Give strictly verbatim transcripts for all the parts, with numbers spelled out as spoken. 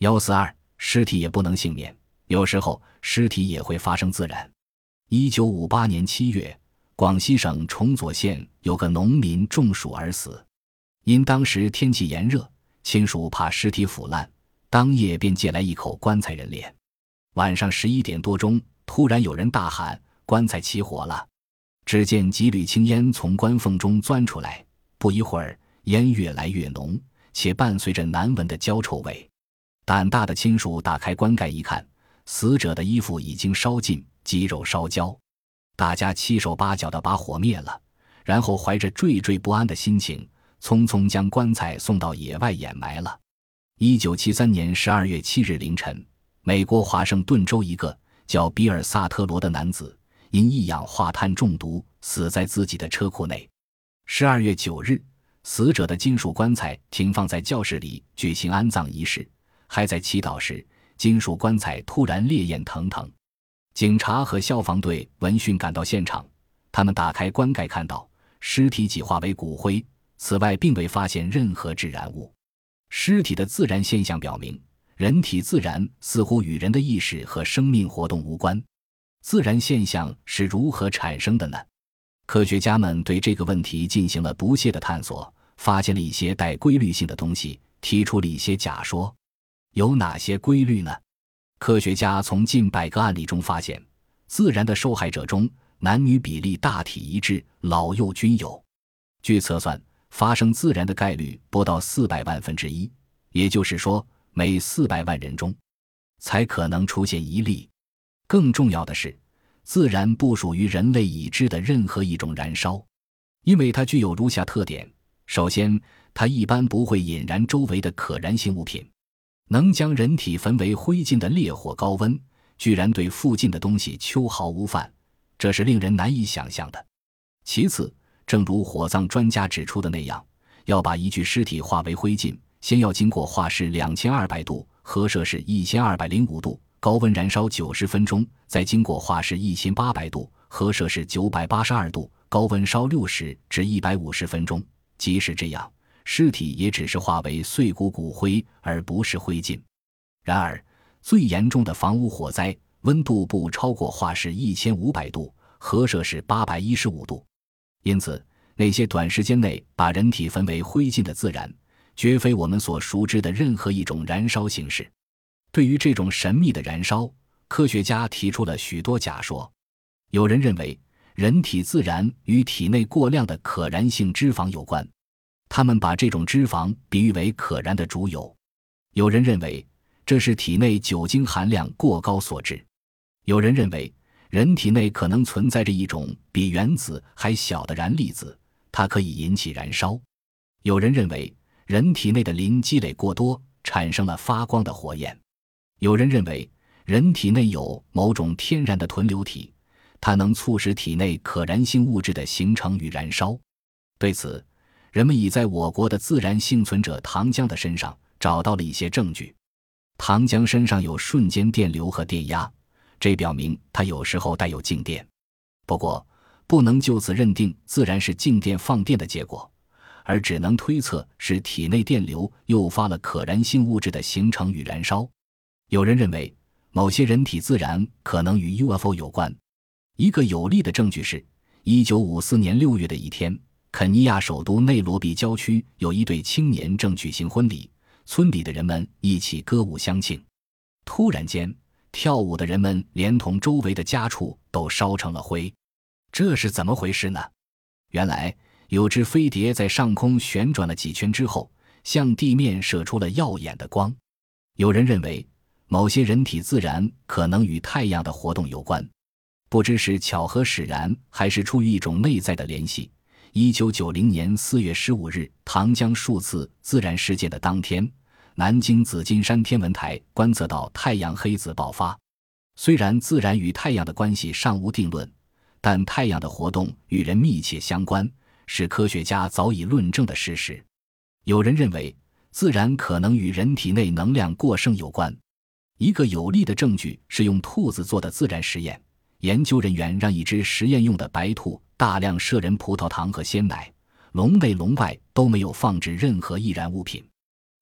一四二尸体也不能幸免，有时候尸体也会发生自燃。一九五八年七月，广西省崇左县有个农民中暑而死。因当时天气炎热，亲属怕尸体腐烂，当夜便借来一口棺材人殓。晚上十一点多钟，突然有人大喊：棺材起火了！只见几缕青烟从棺缝中钻出来，不一会儿烟越来越浓，且伴随着难闻的焦臭味。胆大的亲属打开棺盖一看，死者的衣服已经烧尽，肌肉烧焦。大家七手八脚地把火灭了，然后怀着惴惴不安的心情，匆匆将棺材送到野外掩埋了。一九七三年十二月七日凌晨，美国华盛顿州一个叫比尔·萨特罗的男子因一氧化碳中毒死在自己的车库内。十二月九日，死者的金属棺材停放在教室里举行安葬仪式，还在祈祷时，金属棺材突然烈焰腾腾。警察和消防队闻讯赶到现场，他们打开棺盖看到尸体几化为骨灰，此外并未发现任何致燃物。尸体的自燃现象表明，人体自燃似乎与人的意识和生命活动无关。自燃现象是如何产生的呢？科学家们对这个问题进行了不懈的探索，发现了一些带规律性的东西，提出了一些假说。有哪些规律呢？科学家从近百个案例中发现，自燃的受害者中男女比例大体一致，老幼均有。据测算，发生自燃的概率不到四百万分之一，也就是说，每四百万人中才可能出现一例。更重要的是，自燃不属于人类已知的任何一种燃烧，因为它具有如下特点：首先，它一般不会引燃周围的可燃性物品。能将人体焚为灰烬的烈火高温，居然对附近的东西秋毫无犯，这是令人难以想象的。其次，正如火葬专家指出的那样，要把一具尸体化为灰烬，先要经过华氏两千二百度、核摄氏一千二百零五度高温燃烧九十分钟，再经过华氏一千八百度、核摄氏九百八十二度高温烧六十至一百五十分钟。即使这样，尸体也只是化为碎骨骨灰，而不是灰烬。然而，最严重的房屋火灾，温度不超过华氏一千五百度，核摄氏八百一十五度。因此，那些短时间内把人体焚为灰烬的自燃，绝非我们所熟知的任何一种燃烧形式。对于这种神秘的燃烧，科学家提出了许多假说。有人认为，人体自燃与体内过量的可燃性脂肪有关，他们把这种脂肪比喻为可燃的猪油。有人认为，这是体内酒精含量过高所致。有人认为，人体内可能存在着一种比原子还小的燃粒子，它可以引起燃烧。有人认为，人体内的磷积累过多，产生了发光的火焰。有人认为，人体内有某种天然的囤留体，它能促使体内可燃性物质的形成与燃烧。对此，人们已在我国的自然幸存者糖浆的身上找到了一些证据。糖浆身上有瞬间电流和电压，这表明它有时候带有静电。不过，不能就此认定自然是静电放电的结果，而只能推测是体内电流诱发了可燃性物质的形成与燃烧。有人认为，某些人体自燃可能与 U F O 有关。一个有力的证据是，一九五四年六月的一天，肯尼亚首都内罗毕郊区有一对青年正举行婚礼，村里的人们一起歌舞相庆。突然间，跳舞的人们连同周围的家畜都烧成了灰。这是怎么回事呢？原来，有只飞碟在上空旋转了几圈之后，向地面射出了耀眼的光。有人认为，某些人体自燃可能与太阳的活动有关，不知是巧合使然，还是出于一种内在的联系。一九九零年四月十五日，糖浆数次自燃事件的当天，南京紫金山天文台观测到太阳黑子爆发。虽然自燃与太阳的关系尚无定论，但太阳的活动与人密切相关，是科学家早已论证的事实。有人认为，自燃可能与人体内能量过剩有关。一个有力的证据是用兔子做的自燃实验，研究人员让一只实验用的白兔大量摄人葡萄糖和鲜奶，笼内笼外都没有放置任何易燃物品。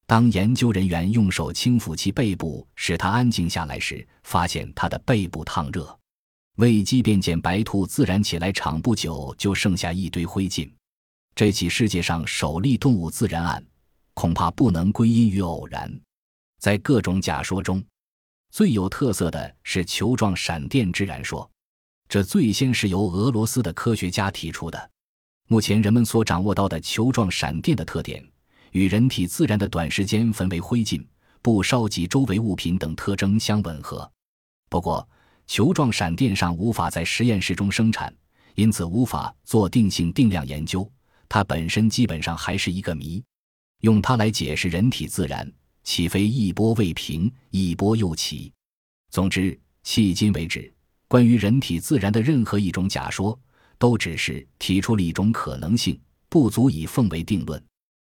当研究人员用手轻抚其背部使它安静下来时，发现它的背部烫热。卫基便见白兔自然起来场不久就剩下一堆灰烬。这起世界上首例动物自燃案恐怕不能归因于偶然。在各种假说中，最有特色的是球状闪电之燃说，这最先是由俄罗斯的科学家提出的。目前人们所掌握到的球状闪电的特点与人体自燃的短时间焚为灰烬、不烧及周围物品等特征相吻合。不过球状闪电上无法在实验室中生产，因此无法做定性定量研究，它本身基本上还是一个谜。用它来解释人体自燃，岂非一波未平一波又起。总之，迄今为止，关于人体自燃的任何一种假说都只是提出了一种可能性，不足以奉为定论。